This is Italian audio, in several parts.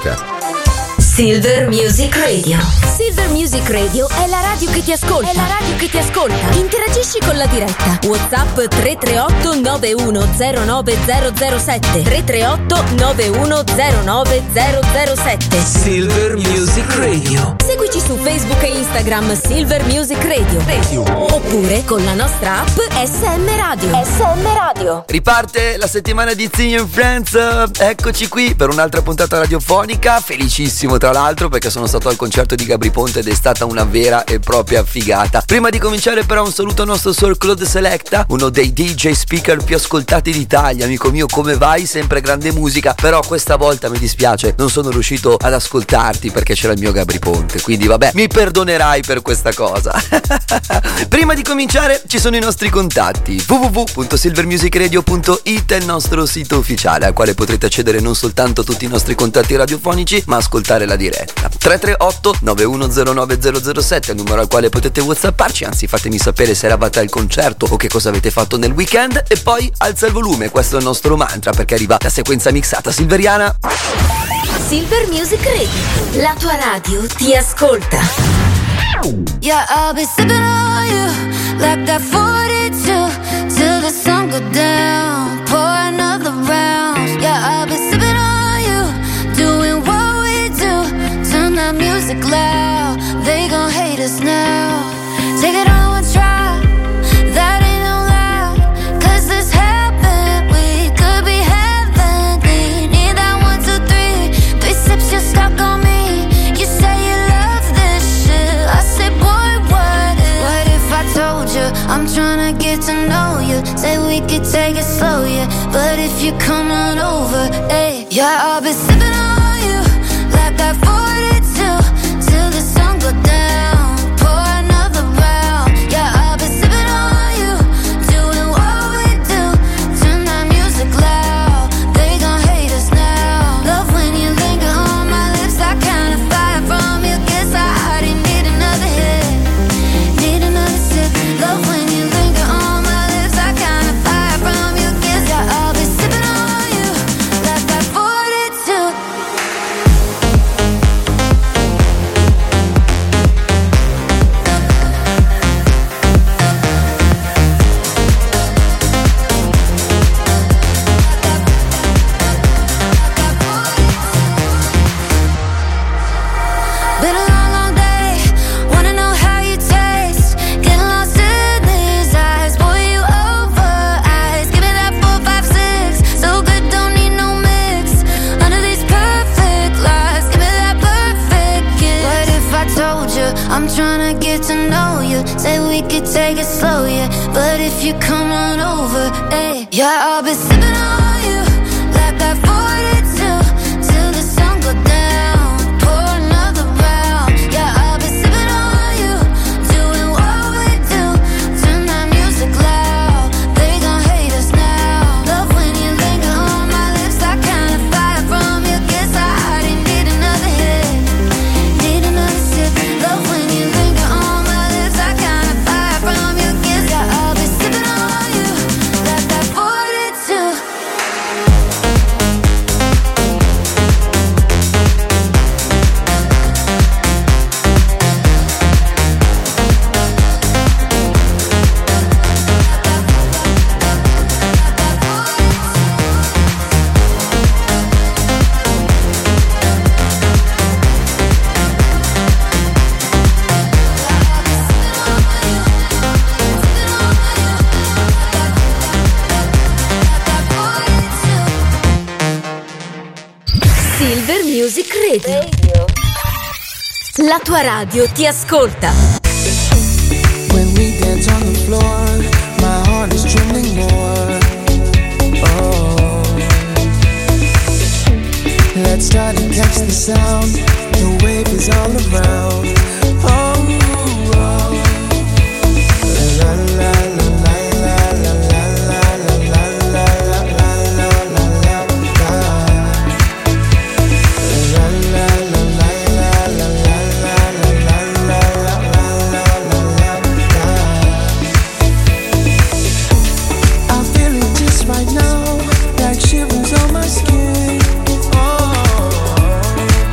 musica. Silver Music Radio. Silver Music Radio è la radio che ti ascolta. Interagisci con la diretta. WhatsApp 338 9109007. 338 9109007. Silver Music Radio. Seguici su Facebook e Instagram Silver Music Radio. Oppure con la nostra app SM Radio. Riparte la settimana di Zigno and Friends. Eccoci qui per un'altra puntata radiofonica. Felicissimo tra l'altro perché sono stato al concerto di Gabry Ponte ed è stata una vera e propria figata. Prima di cominciare però un saluto al nostro Sir Claude Selecta, uno dei DJ speaker più ascoltati d'Italia. Amico mio, come vai? Sempre grande musica, però questa volta mi dispiace, non sono riuscito ad ascoltarti perché c'era il mio Gabry Ponte, quindi vabbè, mi perdonerai per questa cosa. Prima di cominciare ci sono i nostri contatti: www.silvermusicradio.it è il nostro sito ufficiale al quale potrete accedere non soltanto a tutti i nostri contatti radiofonici ma ascoltare la diretta. 338 9109007 è il numero al quale potete whatsapparci, anzi fatemi sapere se eravate al concerto o che cosa avete fatto nel weekend, e poi alza il volume, questo è il nostro mantra perché arriva la sequenza mixata silveriana. Silver Music Radio, la tua radio ti ascolta. Yeah, I'll be sipping on you like that 42 till the sun go down. Pour another round. Yeah, I'll be sipping on you, doing what we do. Turn that music loud. They gon' hate us now. Take it on one try. That ain't no lie. 'Cause this happened. We could be heavenly. Need that 1, 2, 3. 3 sips, you're stuck on me. You say you love this shit. I say, boy, what if I told you I'm tryna get to know you? Say we could take it slow, yeah. But if you come on over, hey, yeah, I'll be sipping on you like that 42 till the sun go down. Pour another round. Yeah, I'll be sipping on you, doing what we do. Turn that music loud. They gon' hate us now. Love when you linger on my lips. That kind of fire from you. Guess I already need another hit. Need another sip. Love when you linger on my lips. That kind of fire from you. Guess I'll be sipping on you like that 42. Been a long, long day. Wanna know how you taste. Getting lost in these eyes. Boy, you over eyes. Give me that 4, 5, 6. So good, don't need no mix. Under these perfect lies. Give me that perfect kiss. What if I told you I'm tryna get to know you? Say we could take it slow, yeah. But if you come on over, hey, yeah, I'll be sipping on you like that 42 till the sun go down. Pour another round. Yeah, I'll be sipping on you, doing what we do. Turn that music loud. They gon' hate us now. Love when you linger on my lips. That kind of fire from you. Guess I already need another hit. Need another sip. Love when you linger on my lips. That kind of fire from you. Guess I'll be sipping on you like that 42. Silver Music Radio. La tua radio ti ascolta. When we dance on the floor, my heart is trembling more. Oh, let's try to catch the sound. The wave is all around. Oh, oh. La la la la la la la la la la la la la la la la. La la la la la la la la la la la la. I feel it just right now, like shivers on my skin. Oh,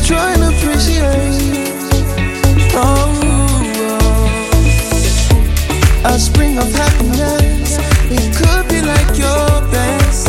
try and appreciate. A spring of happiness, it could be like your best.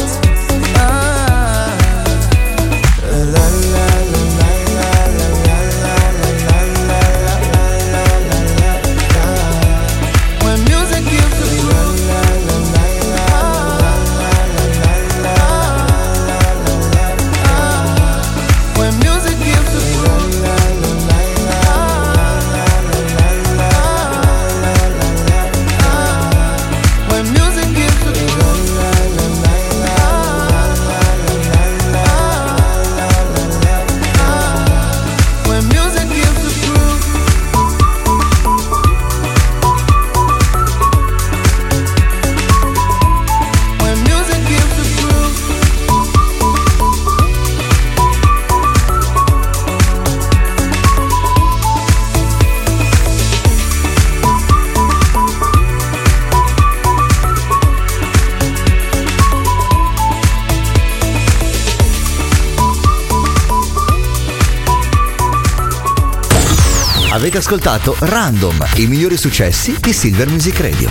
Avete ascoltato Random, i migliori successi di Silver Music Radio.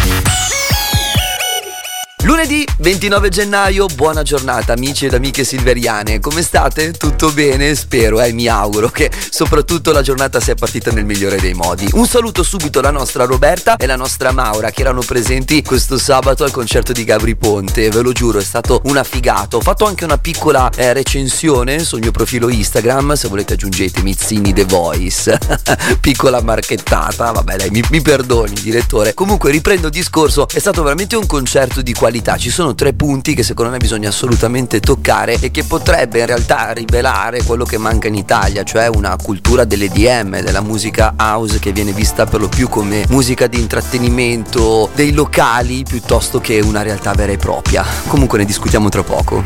Lunedì 29 gennaio, buona giornata amici ed amiche silveriane, come state? Tutto bene? Spero, mi auguro che soprattutto la giornata sia partita nel migliore dei modi. Un saluto subito alla nostra Roberta e alla nostra Maura che erano presenti questo sabato al concerto di Gabry Ponte, ve lo giuro è stato una figata. Ho fatto anche una piccola recensione sul mio profilo Instagram, se volete aggiungetemi Zini The Voice, piccola marchettata, vabbè dai mi perdoni direttore. Comunque riprendo il discorso, è stato veramente un concerto di qualità. Ci sono 3 punti che secondo me bisogna assolutamente toccare e che potrebbe in realtà rivelare quello che manca in Italia, cioè una cultura dell'EDM, della musica house che viene vista per lo più come musica di intrattenimento dei locali piuttosto che una realtà vera e propria. Comunque ne discutiamo tra poco.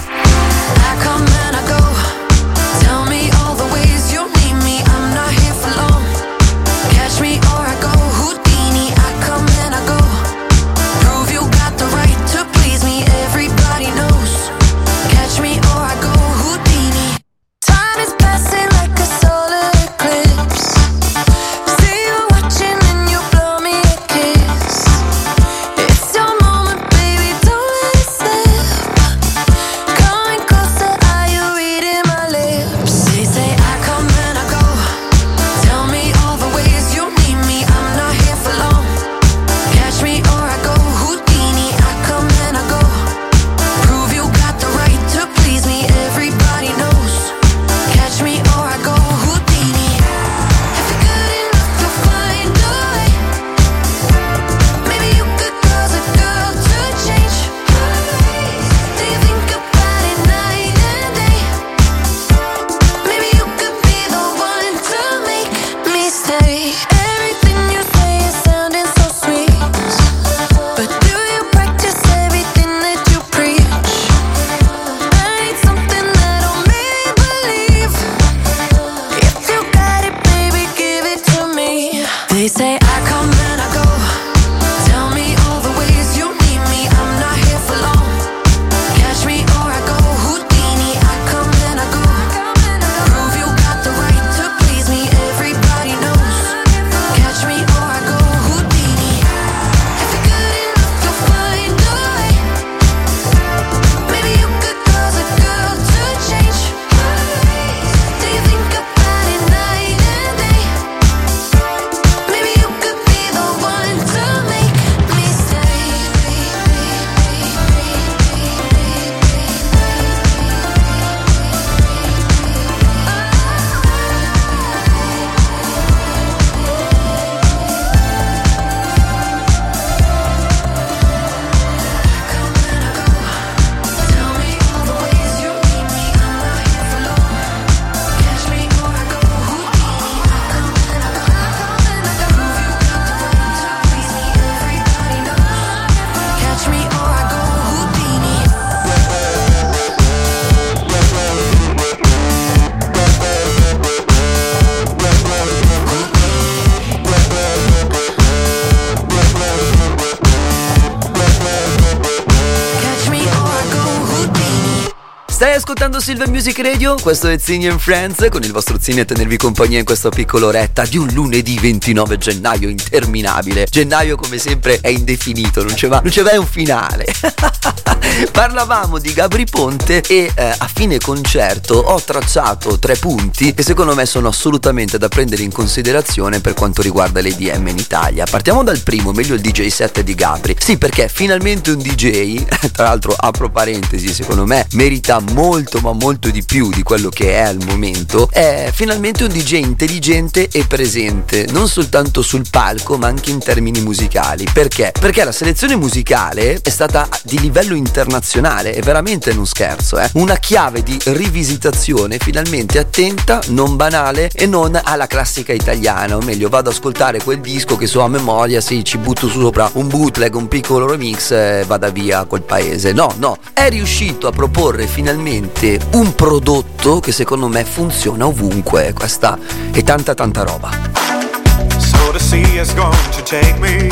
ascoltando Silver Music Radio, questo è Zini and Friends, con il vostro Zini a tenervi compagnia in questa piccola oretta di un lunedì 29 gennaio interminabile. Gennaio come sempre è indefinito, non c'è mai un finale. Parlavamo di Gabry Ponte e a fine concerto ho tracciato 3 punti che secondo me sono assolutamente da prendere in considerazione per quanto riguarda l'EDM in Italia. Partiamo dal primo, meglio il DJ set di Gabry. Sì, perché finalmente un DJ, tra l'altro apro parentesi, secondo me merita molto ma molto di più di quello che è al momento, è finalmente un DJ intelligente e presente, non soltanto sul palco ma anche in termini musicali. Perché? Perché la selezione musicale è stata di livello internazionale, è veramente uno scherzo, una chiave di rivisitazione finalmente attenta, non banale e non alla classica italiana, o meglio vado ad ascoltare quel disco che so a memoria, sì, ci butto su sopra un bootleg, un piccolo remix e vada via col paese. No, è riuscito a proporre finalmente un prodotto che secondo me funziona ovunque. Questa è tanta roba. So the sea is going to take me,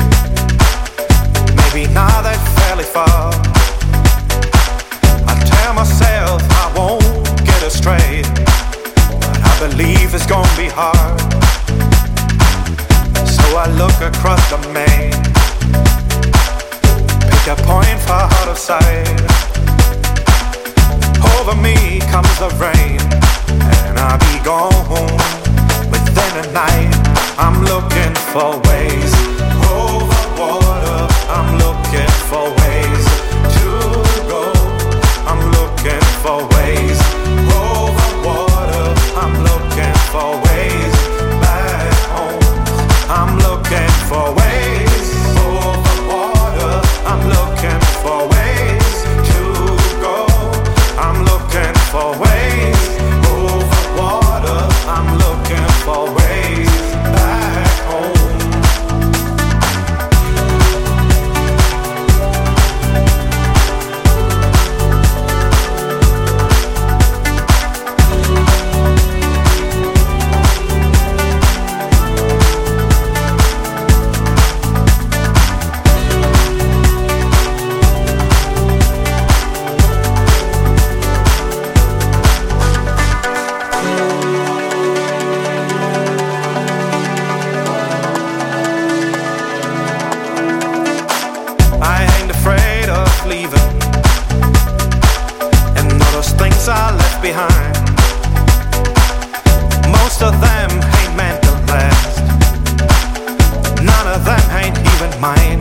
maybe not that fairly far. I tell myself I won't get astray, but I believe it's gonna be hard. So I look across the main, pick a point far out of sight. Over me comes the rain, and I'll be gone within a night. I'm looking for ways over water, I'm looking for ways to go. I'm looking for ways over water, I'm looking for ways back home. I'm looking for ways over water, I'm looking for ways to go. I'm looking for ways over water, I'm looking for ways back home. I left behind, most of them ain't meant to last, none of them ain't even mine.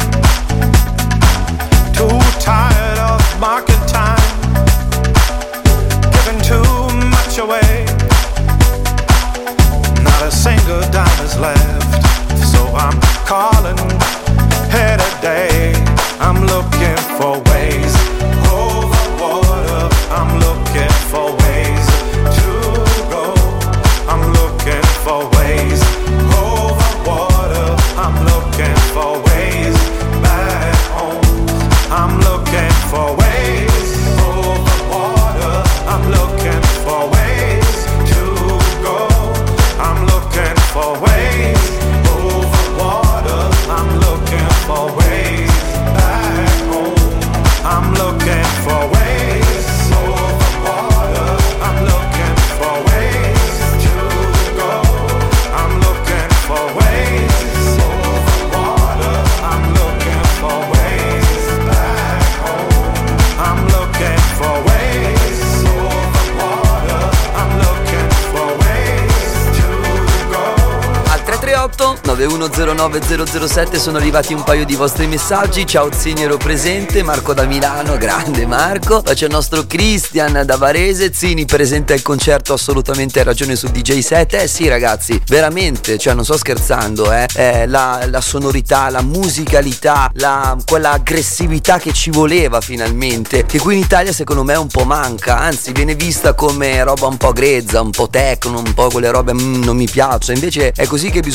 Too tired of market time, giving too much away, not a single dime is left. So I'm calling here today, I'm looking for ways over water, I'm looking for ways to go. I'm looking for ways over water, I'm looking for ways back home. I'm looking for ways over water, I'm looking for ways to go. I'm looking for ways over water, I'm looking for ways back home. I'm looking for ways over water, I'm looking for ways to go. I'm looking for ways over water, I'm looking for ways back home. I'm looking for ways over water, I'm looking for ways to go. Al 338 9109 007 sono arrivati un paio di vostri messaggi. Ciao Zini, ero presente. Marco da Milano, grande Marco. Poi c'è il nostro Christian da Varese. Zini presente al concerto, assolutamente hai ragione sul DJ set. Sì ragazzi, veramente, cioè non sto scherzando, la sonorità, la musicalità, quella aggressività che ci voleva finalmente, che qui in Italia secondo me un po' manca, anzi viene vista come roba un po' grezza, un po' techno, un po' quelle robe non mi piacciono. Invece è così che bisogna essere,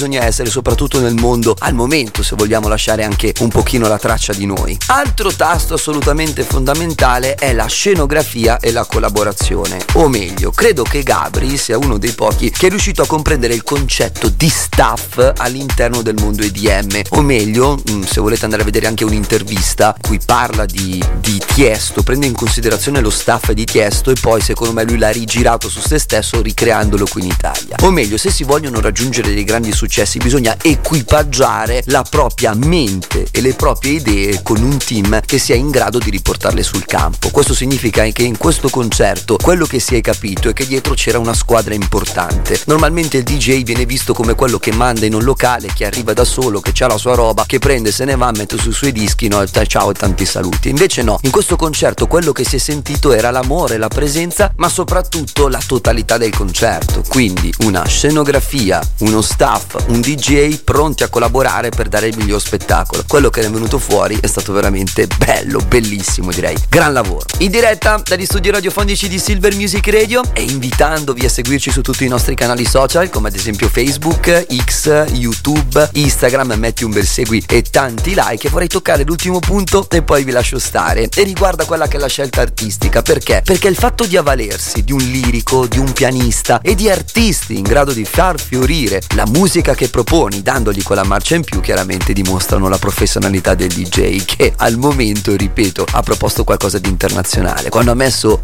succedere soprattutto nel mondo al momento, se vogliamo lasciare anche un pochino la traccia di noi. Altro tasto assolutamente fondamentale è la scenografia e la collaborazione, o meglio, credo che Gabri sia uno dei pochi che è riuscito a comprendere il concetto di staff all'interno del mondo EDM, o meglio, se volete andare a vedere anche un'intervista cui parla di Tiesto, prende in considerazione lo staff di Tiesto e poi secondo me lui l'ha rigirato su se stesso ricreandolo qui in Italia. O meglio, se si vogliono raggiungere dei grandi successi bisogna equipaggiare la propria mente e le proprie idee con un team che sia in grado di riportarle sul campo. Questo significa che in questo concerto quello che si è capito è che dietro c'era una squadra importante. Normalmente il DJ viene visto come quello che manda in un locale, che arriva da solo, che ha la sua roba, che prende, se ne va, mette sui suoi dischi, no, ciao e tanti saluti. Invece no, in questo concerto quello che si è sentito era l'amore, la presenza, ma soprattutto la totalità del concerto. Quindi una scenografia, uno staff, un DJ pronti a collaborare per dare il miglior spettacolo. Quello che è venuto fuori è stato veramente bello, bellissimo direi. Gran lavoro. In diretta dagli studi radiofonici di Silver Music Radio e invitandovi a seguirci su tutti i nostri canali social come ad esempio Facebook, X, YouTube, Instagram, metti un bel segui e tanti like. E vorrei toccare l'ultimo punto e poi vi lascio stare, e riguarda quella che è la scelta artistica. Perché? Perché il fatto di avvalersi di un lirico, di un pianista e di artisti in grado di far fiorire la musica che proponi, dandogli quella marcia in più, chiaramente dimostrano la professionalità del DJ, che al momento, ripeto, ha proposto qualcosa di internazionale. Quando ha messo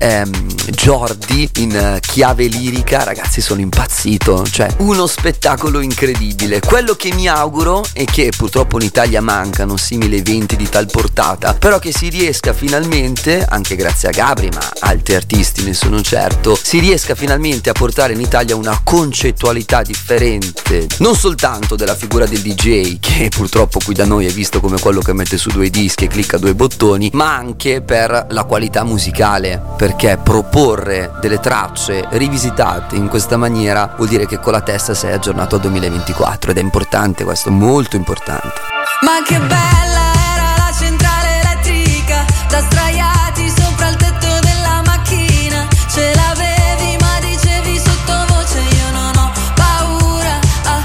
Jordi in chiave lirica, ragazzi, sono impazzito, cioè uno spettacolo incredibile. Quello che mi auguro è che purtroppo in Italia mancano simili eventi di tal portata, però che si riesca finalmente, anche grazie a Gabri ma altri artisti ne sono certo, si riesca finalmente a portare in Italia una concettualità differente, non soltanto della figura del DJ, che purtroppo qui da noi è visto come quello che mette su 2 dischi e clicca 2 bottoni, ma anche per la qualità musicale, perché proporre delle tracce rivisitate in questa maniera vuol dire che con la testa sei aggiornato al 2024, ed è importante questo, molto importante. Ma che bella era la centrale elettrica, da sdraiati sopra il tetto della macchina. Ce l'avevi ma dicevi sottovoce io non ho paura,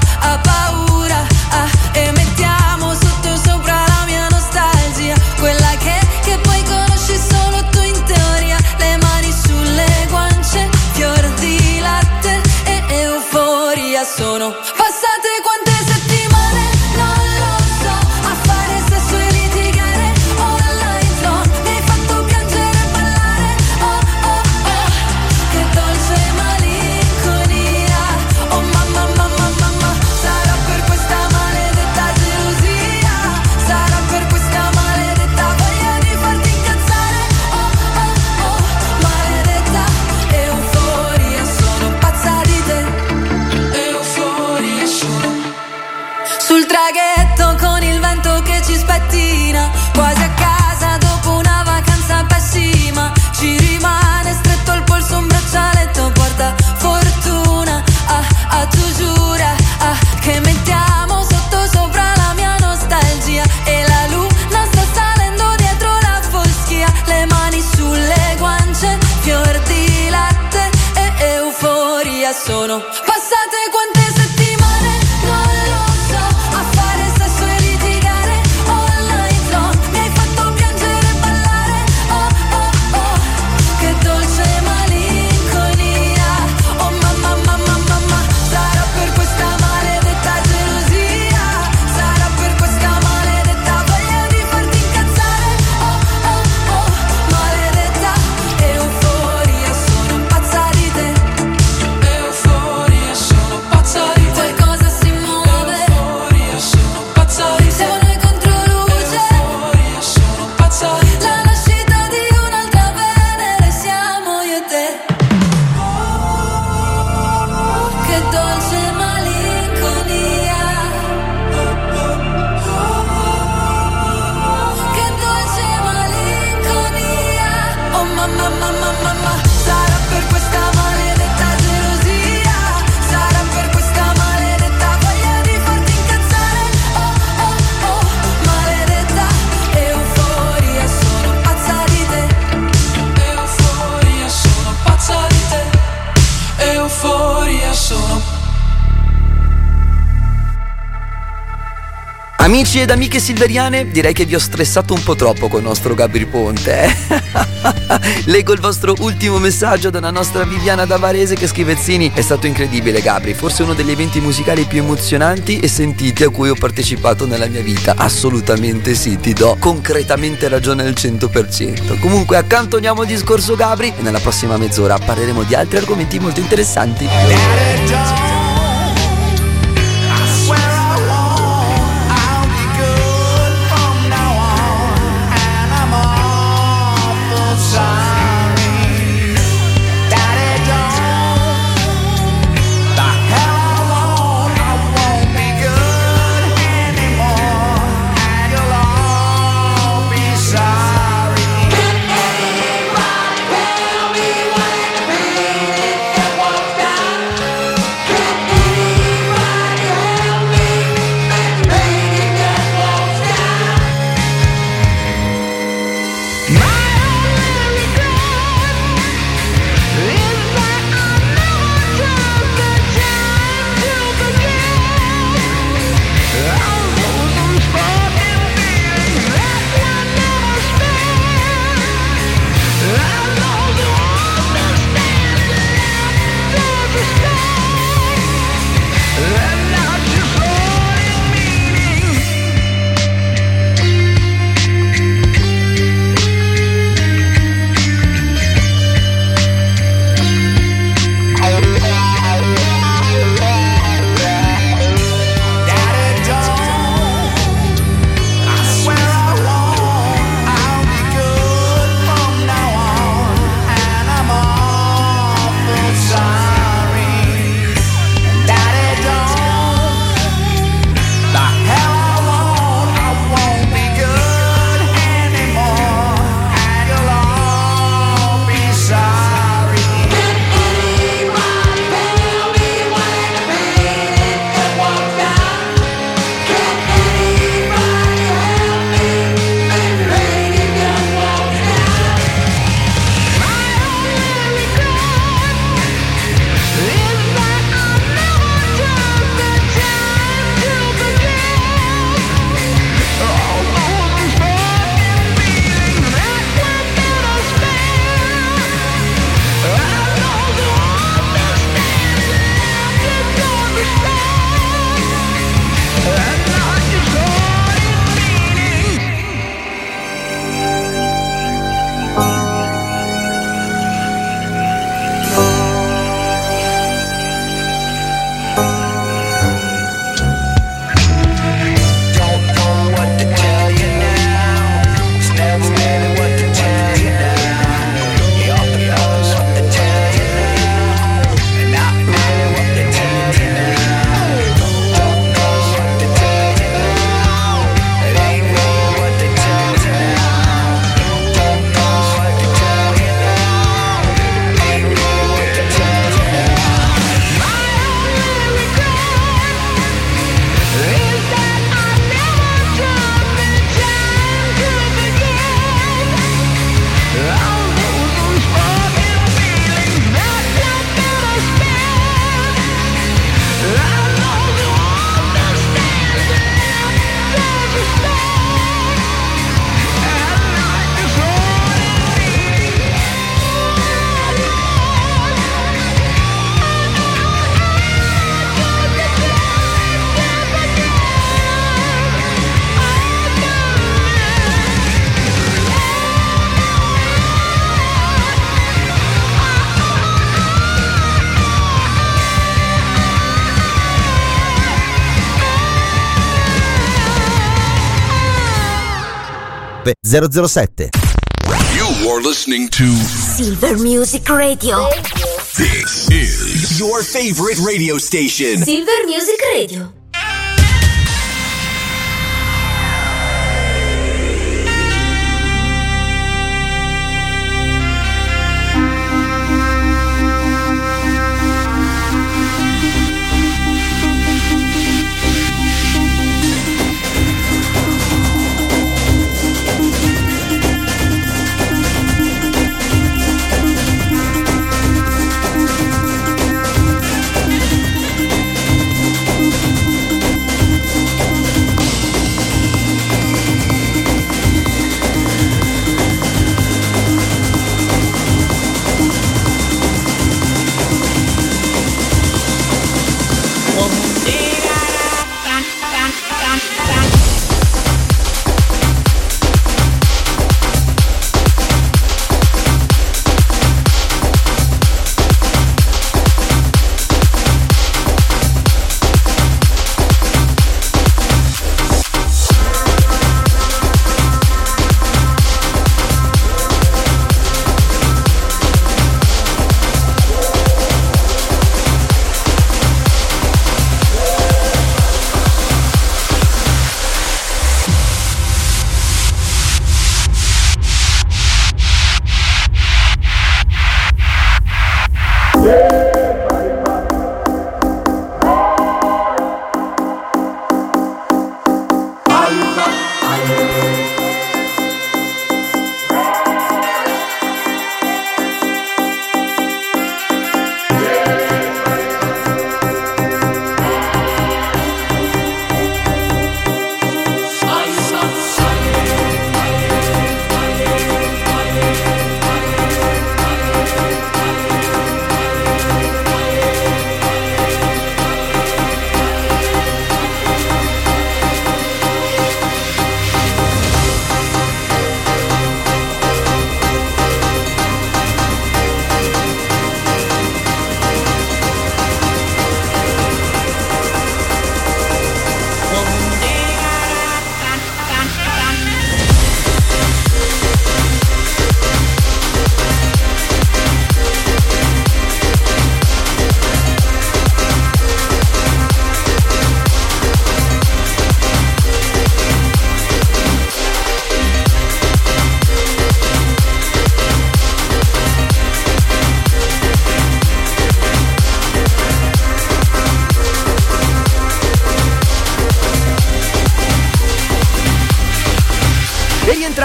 paura, e mettiamo sotto sopra la mia nostalgia, quella che poi conosci solo tu in teoria. Le mani sulle guance, fior di latte e euforia. Sono passate quante settimane, non lo so, a fare sesso e litigare online zone. Mi hai fatto piangere e ballare, oh oh oh, che dolce malinconia. Oh mamma, mamma, mamma, sarà per questa maledetta gelosia, sarà per questa maledetta voglia di farti incazzare, oh oh oh, maledetta euforia. Sono pazza di te, euforia sono. Sul traghetto con il vento che ci spettina, quasi a casa dopo una vacanza pessima. Ci rimane stretto al polso un braccialetto porta fortuna, tu giura, che mettiamo sotto sopra la mia nostalgia. E la luna sta salendo dietro la foschia. Le mani sulle guance, fior di latte e euforia. Sono passate quante settimane, non lo so, a fare sesso e litigare online zone. Mi hai fatto piangere e ballare, oh oh oh, che dolce malinconia. Oh mamma, mamma, mamma, sarà per questa maledetta gelosia, sarà per questa maledetta voglia di farti incazzare, oh oh oh, maledetta euforia. Sono pazza di te, euforia, sono pazza Amici ed amiche silveriane, direi che vi ho stressato un po' troppo col nostro Gabri Ponte. Leggo il vostro ultimo messaggio dalla nostra Viviana da Varese che scrive: Zini, è stato incredibile Gabri, forse uno degli eventi musicali più emozionanti e sentiti a cui ho partecipato nella mia vita. Assolutamente sì, ti do concretamente ragione al 100%. Comunque accantoniamo il discorso Gabri e nella prossima mezz'ora parleremo di altri argomenti molto interessanti. Web 007. You are listening to Silver Music Radio. This is your favorite radio station. Silver Music Radio.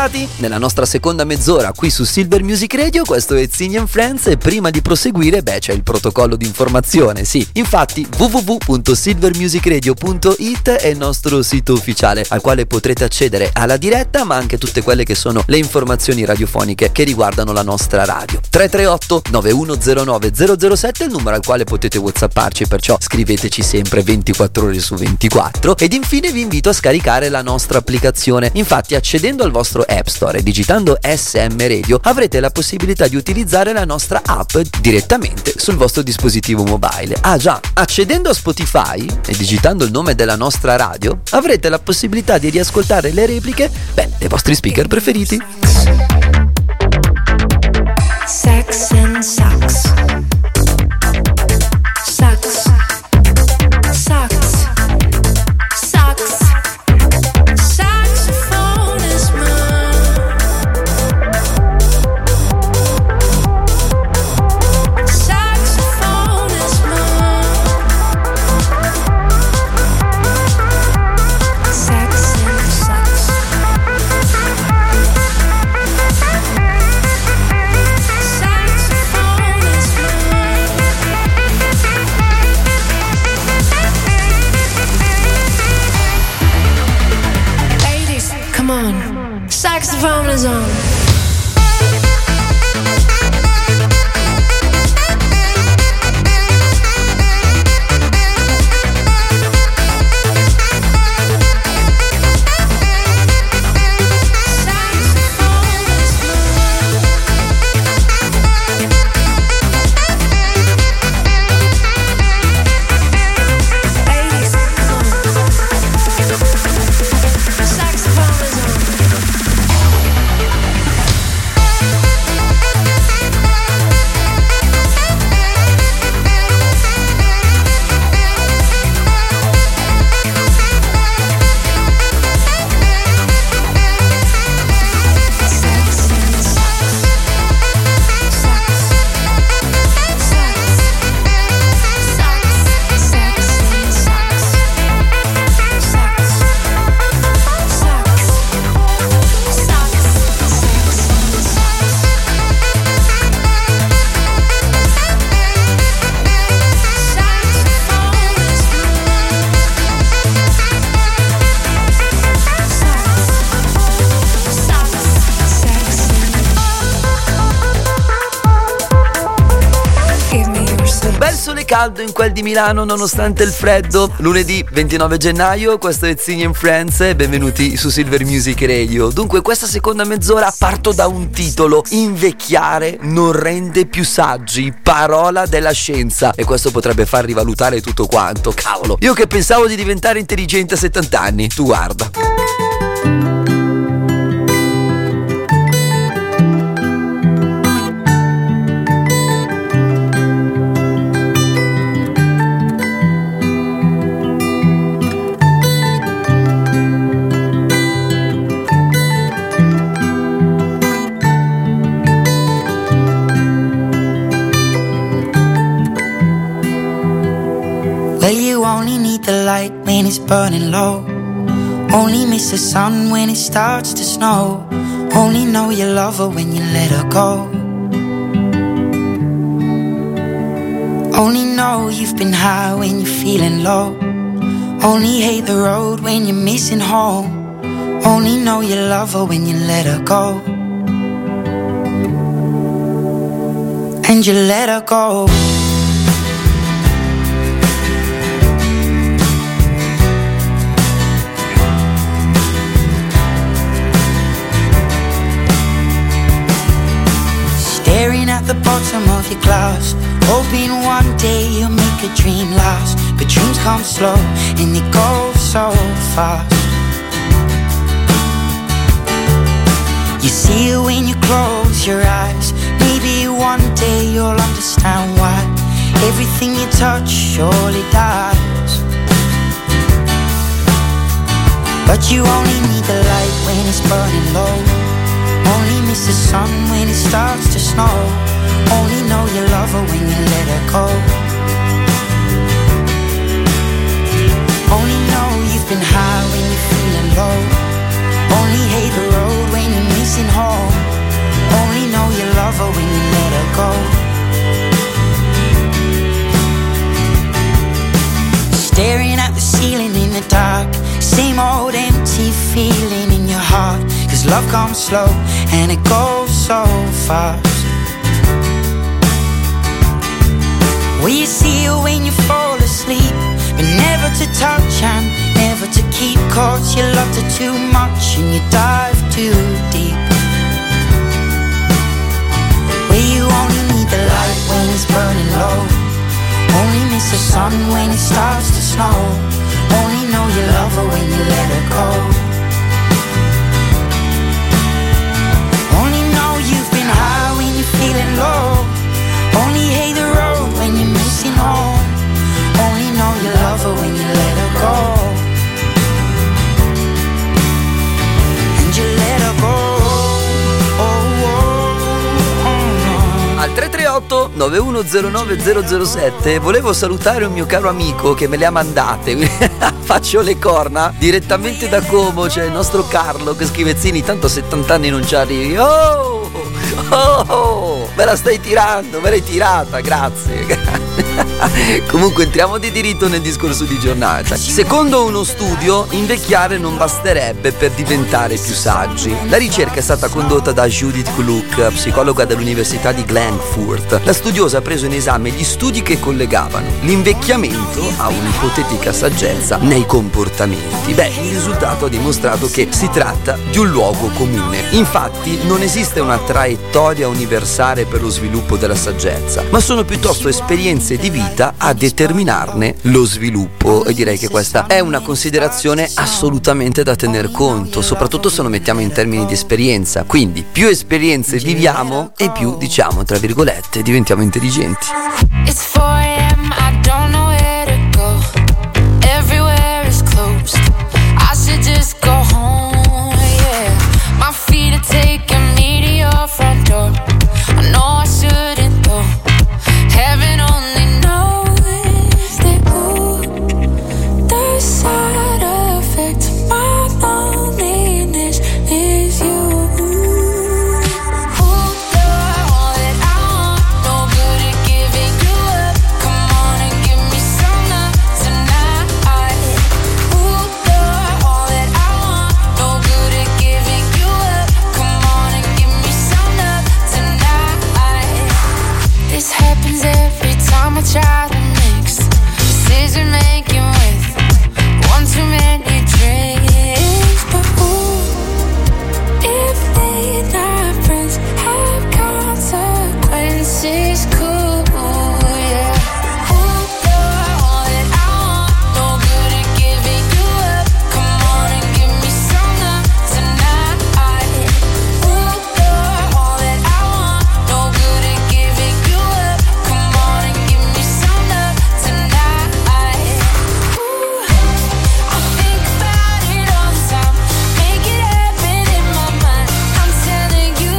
Bentornati nella nostra seconda mezz'ora qui su Silver Music Radio. Questo è Zigny and Friends e prima di proseguire c'è il protocollo di informazione. Sì, infatti www.silvermusicradio.it è il nostro sito ufficiale al quale potrete accedere alla diretta, ma anche tutte quelle che sono le informazioni radiofoniche che riguardano la nostra radio. 338 9109 007 è il numero al quale potete whatsapparci, perciò scriveteci sempre 24 ore su 24. Ed infine vi invito a scaricare la nostra applicazione. Infatti, accedendo al vostro App Store e digitando SM Radio avrete la possibilità di utilizzare la nostra app direttamente sul vostro dispositivo mobile. Ah già, accedendo a Spotify e digitando il nome della nostra radio avrete la possibilità di riascoltare le repliche dei vostri speaker preferiti. Sex and sucks. Sucks. Sucks. Sucks. Saxophone is mine. Saxophone is mine. Sex and sucks. Saxophone is mine. Ladies, come on. Saxophone is on. Caldo in quel di Milano nonostante il freddo. Lunedì 29 gennaio, questo è Zigny and Friends e benvenuti su Silver Music Radio. Dunque, questa seconda mezz'ora parto da un titolo: invecchiare non rende più saggi, parola della scienza. E questo potrebbe far rivalutare tutto quanto. Cavolo, io che pensavo di diventare intelligente a 70 anni, tu guarda. Well, you only need the light when it's burning low. Only miss the sun when it starts to snow. Only know you love her when you let her go. Only know you've been high when you're feeling low. Only hate the road when you're missing home. Only know you love her when you let her go. And you let her go. Staring at the bottom of your glass, hoping one day you'll make a dream last. But dreams come slow and they go so fast. You see it when you close your eyes. Maybe one day you'll understand why everything you touch surely dies. But you only need the light when it's burning low. Only miss the sun when it starts to snow. Only know you love her when you let her go. Only know you've been high when you're feeling low. Only hate the road when you meet staring at the ceiling in the dark. Same old empty feeling in your heart. 'Cause love comes slow and it goes so fast. Will you see her when you fall asleep? But never to touch and never to keep. 'Cause you loved her too much and you dive too deep. Where you only need the light when it's burning low. Only miss the sun when it starts to snow. Only know you love her when you let her go. Only know you've been high when you're feeling low. Only hate the road when you're missing home. Only know you love her when you let her go. And you let her go. Al 338 9109 007 volevo salutare un mio caro amico che me le ha mandate. Faccio le corna direttamente da Como. C'è il nostro Carlo che scrive: Zini, tanto a 70 anni non ci arrivi. Oh, me la stai tirando, me l'hai tirata, grazie. Comunque entriamo di diritto nel discorso di giornata. Secondo uno studio, invecchiare non basterebbe per diventare più saggi. La ricerca è stata condotta da Judith Gluck, psicologa dell'Università di Glenford. La studiosa ha preso in esame gli studi che collegavano l'invecchiamento a un'ipotetica saggezza nei comportamenti. Il risultato ha dimostrato che si tratta di un luogo comune. Infatti non esiste una traiettoria universale per lo sviluppo della saggezza, ma sono piuttosto esperienze di vita a determinarne lo sviluppo, e direi che questa è una considerazione assolutamente da tener conto, soprattutto se lo mettiamo in termini di esperienza. Quindi più esperienze viviamo e più, diciamo tra virgolette, diventiamo intelligenti. It's 4 a.m. I don't know where to go. Everywhere is closed. I should just go home, yeah. My feet are taking me to your front door. I know I shouldn't though. Heaven only knows that, ooh, the side effect of my loneliness is you. I try to mix decision making with one too many drinks. But ooh, if they not friends have consequences, cool, yeah. Ooh, you're all that I want, no good at giving you up. Come on and give me some love tonight. Ooh, you're all that I want, no good at giving you up. Come on and give me some love tonight. Ooh, I think about it all the time, make it happen in my mind. I'm telling you,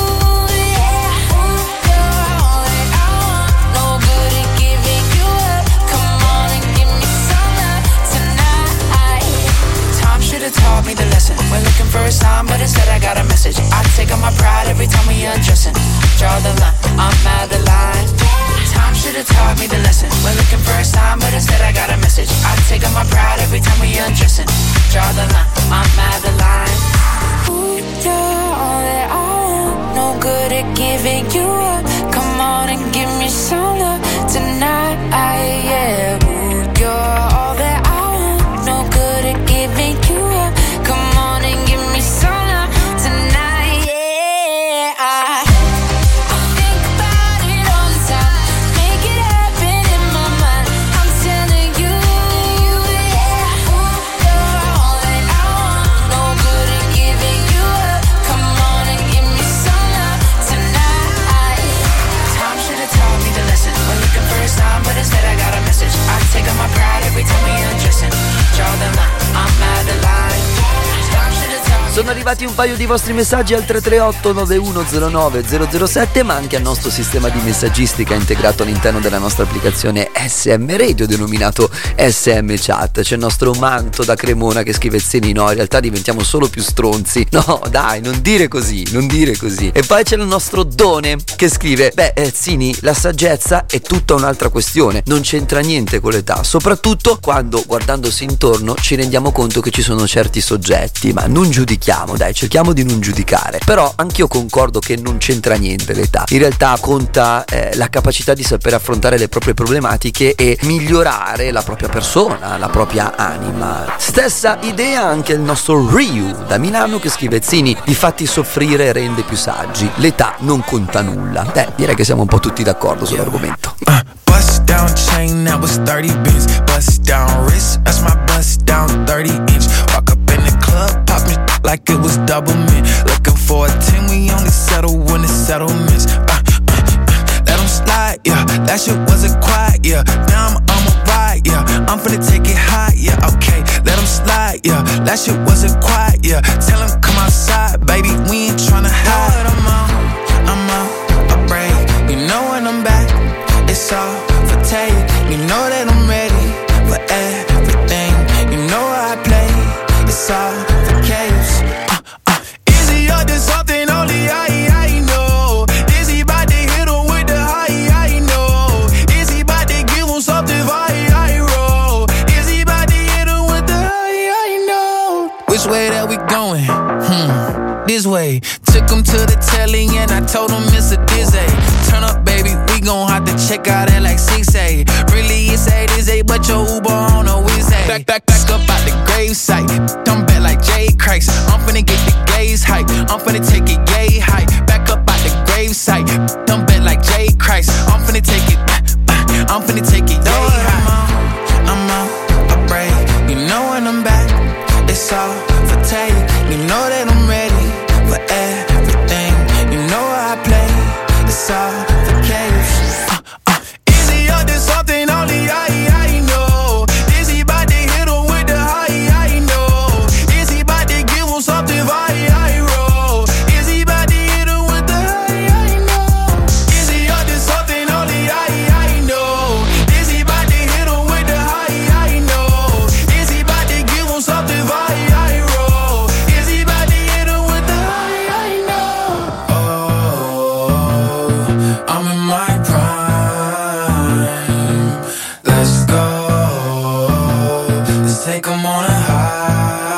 yeah. Ooh, you're all that I want, no good at giving you up. Come on and give me some love tonight. Time should have taught me the lesson. We're looking for a sign, but instead I got a message. I take on my pride every time we undressing. Draw the line, I'm out of line. Time should have taught me the lesson. We're looking for a sign, but instead I got a message. I take on my pride every time we undressing. Draw the line, I'm out of line. Ooh, you're all that I want, no good at giving you up. Come on and give me some love tonight, yeah. Ooh, you're all that I want, no good at giving you up. Come on and give me some love tonight, yeah. I think about it all the time, make it happen in my mind. I'm telling you, yeah. Ooh, you're all that I want, no good at giving you up. Come on and give me some love tonight. Time should have taught me the lesson. We're looking for a sign, but instead I got a message. I take on my pride every time we undressing. Draw the line, I'm out of line. Time should have taught me Sono arrivati un paio di vostri messaggi al 338 9109 007, ma anche al nostro sistema di messaggistica integrato all'interno della nostra applicazione SM Radio denominato SM Chat. C'è il nostro Manto da Cremona che scrive: Zini, no, in realtà diventiamo solo più stronzi. No, dai, non dire così. E poi c'è il nostro Done che scrive: Zini, la saggezza è tutta un'altra questione, non c'entra niente con l'età, soprattutto quando, guardandosi intorno, ci rendiamo conto che ci sono certi soggetti, ma non giudichiamo, dai, cerchiamo di non giudicare. Però anch'io concordo che non c'entra niente l'età, in realtà conta la capacità di saper affrontare le proprie problematiche e migliorare la propria persona, la propria anima. Stessa idea anche il nostro Ryu da Milano che scrive: Zini, difatti soffrire rende più saggi, l'età non conta nulla. Direi che siamo un po' tutti d'accordo sull'argomento. Bust down chain, that was 30 bins. Bust down wrist, that's my bust down 30 inch. Walk up in the club, poppin' like it was double mint. Looking for a 10, we only settle when it's settlements. Let them slide, yeah, that shit wasn't quiet, yeah. Now I'm on a ride, yeah, I'm finna take it high, yeah, okay. Let them slide, yeah, that shit wasn't quiet, yeah. Tell them come outside, baby, we ain't tryna hide. I'm out, I break, you know when I'm back, it's all for take. You know that I'm ready for everything. You know I play, it's all for caves. Easy up to something only I know. Is he about to hit him with the high? I know. Is he about to give him something I roll? Is he about to hit him with the high? I know. Which way that we going? This way. Took him to the telly and I told him it's a dizzy. Turn up, baby, we gon' have to check out at like 6A. Really, it's 8, but your Uber on a Wednesday. Back up out the gravesite. I'm back like J. Christ. I'm finna get the gaze hype. I'm finna take it yay hype. Back up out the gravesite. I'm back like J. Christ. I'm finna take it. I'm finna take it yay hype. I'm out, I break. You know when I'm back, it's all for take. You know that I'm ready for everything. You know I play, it's all for caves. Easy up to something only I know. Is he about to hit him with the high? I know. Is he about to give him something I roll? Is he about to hit him with the high? I know. Is he up to something only I know? Is he about to hit him with the high? I know. Is he about to give him something I roll? Is he about to hit him with the high? I know. Oh, I'm in my prime. Let's go. Let's take 'em on a high.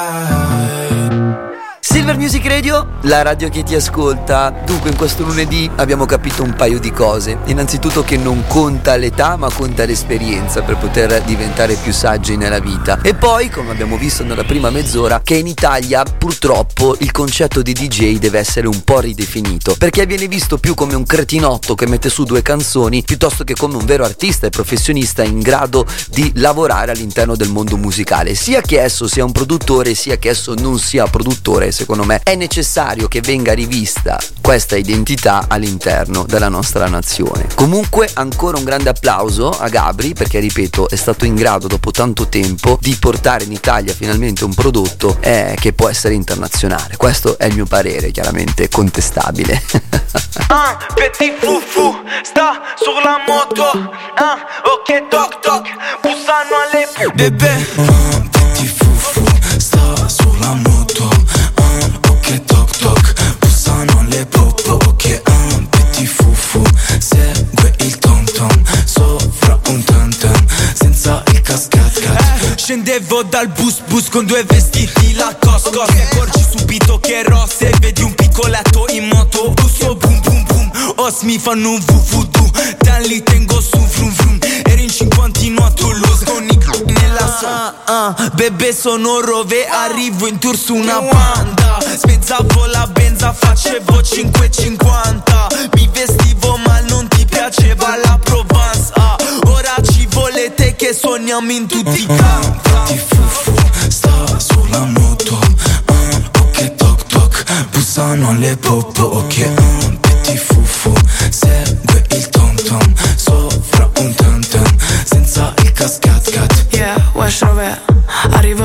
Silver Music Radio, la radio che ti ascolta. Dunque in questo lunedì abbiamo capito un paio di cose. Innanzitutto che non conta l'età ma conta l'esperienza per poter diventare più saggi nella vita. E poi, come abbiamo visto nella prima mezz'ora, che in Italia purtroppo il concetto di DJ deve essere un po' ridefinito, perché viene visto più come un cretinotto che mette su 2 canzoni piuttosto che come un vero artista e professionista in grado di lavorare all'interno del mondo musicale. Sia che esso sia un produttore sia che esso non sia produttore, secondo me è necessario che venga rivista questa identità all'interno della nostra nazione. Comunque ancora un grande applauso a Gabri, perché ripeto è stato in grado dopo tanto tempo di portare in Italia finalmente un prodotto che può essere internazionale. Questo è il mio parere, chiaramente contestabile. Petit foufou, sta sulla moto. Ok, toc toc, bussano alle bebè. Petit foufou, sta sulla moto. Ok, toc toc, bussano le popo. Ok, petit foufou, segue il tom tom sopra un tam tam, senza il cascat. Scendevo dal bus con 2 vestiti la cosco. Ti accorgi subito che ero se vedi un piccoletto in moto. Busso boom boom boom, os mi fanno un vuvudu. Dan li tengo su vrum vrum. Ero in 50 a Toulouse con i nella bebè sono Rove, arrivo in tour su una banda. Spezzavo la benza, facevo 5,50. Mi vestivo ma non ti piaceva la Provence. Ora ci volete che sogniamo in tutti i campi. Petit fufu, sta sulla moto. Ok, toc toc, bussano le popo. Ok, petit fufu, segue il tom tom sopra un tam tam, senza il cascat cat. Yeah, Wesh Rove, arrivo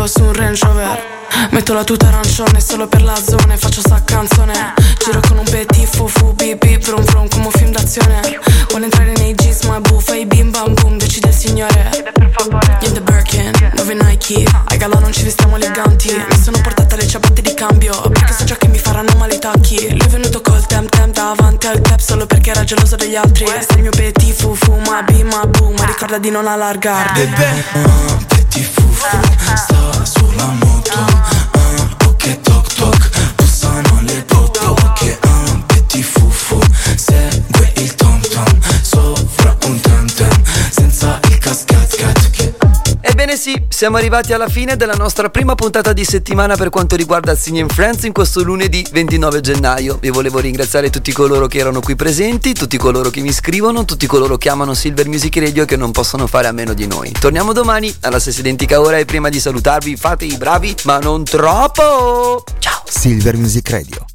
Sto su un Range Rover, metto la tuta arancione solo per la zona e faccio sta canzone. Giro con un petit fufu, bip bip, vrum vrum come un film d'azione. Vuole entrare nei jeans ma buffa i bim bam boom, decide il signore. In the Birkin, 9 Nike, ai gala non ci vestiamo eleganti. Mi sono portata le ciabatte di cambio, perché so già che mi faranno male i tacchi. Lui è venuto col tem tem davanti al cap solo perché era geloso degli altri. Sei il mio petit fufu, ma bim ma boom, ma ricorda di non allargarti. Petit fufu, sta sulla moto. Ok toc toc, bussano le porte. Ok petit fufu, segue il tom tom sopra un tem tem, senza il cascat cat. Ebbene sì, siamo arrivati alla fine della nostra prima puntata di settimana per quanto riguarda Singing Friends in questo lunedì 29 gennaio. Vi volevo ringraziare tutti coloro che erano qui presenti, tutti coloro che mi scrivono, tutti coloro che amano Silver Music Radio e che non possono fare a meno di noi. Torniamo domani alla stessa identica ora e prima di salutarvi fate i bravi, ma non troppo! Ciao! Silver Music Radio.